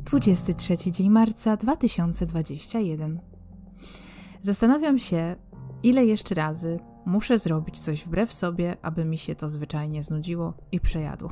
23 dzień marca 2021. Zastanawiam się, ile jeszcze razy muszę zrobić coś wbrew sobie, aby mi się to zwyczajnie znudziło i przejadło.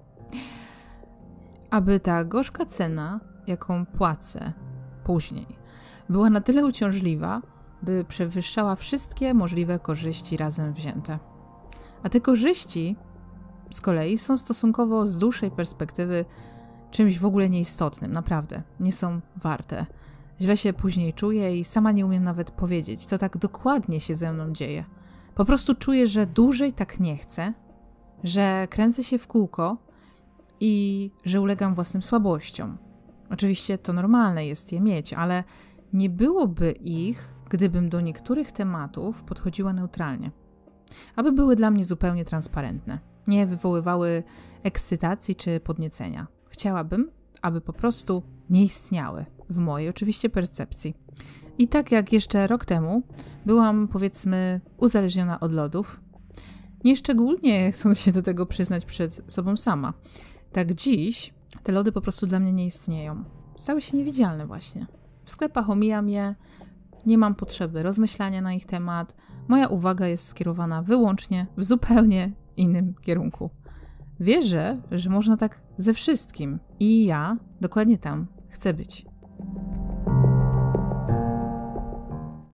Aby ta gorzka cena, jaką płacę później, była na tyle uciążliwa, by przewyższała wszystkie możliwe korzyści razem wzięte. A te korzyści z kolei są stosunkowo z dłuższej perspektywy czymś w ogóle nieistotnym, naprawdę, nie są warte. Źle się później czuję i sama nie umiem nawet powiedzieć, co tak dokładnie się ze mną dzieje. Po prostu czuję, że dłużej tak nie chcę, że kręcę się w kółko i że ulegam własnym słabościom. Oczywiście to normalne jest je mieć, ale nie byłoby ich, gdybym do niektórych tematów podchodziła neutralnie. Aby były dla mnie zupełnie transparentne, nie wywoływały ekscytacji czy podniecenia. Chciałabym, aby po prostu nie istniały w mojej oczywiście percepcji. I tak jak jeszcze rok temu byłam, powiedzmy, uzależniona od lodów, nieszczególnie chcąc się do tego przyznać przed sobą sama. Tak dziś te lody po prostu dla mnie nie istnieją. Stały się niewidzialne właśnie. W sklepach omijam je, nie mam potrzeby rozmyślania na ich temat. Moja uwaga jest skierowana wyłącznie w zupełnie innym kierunku. Wierzę, że można tak ze wszystkim i ja dokładnie tam chcę być.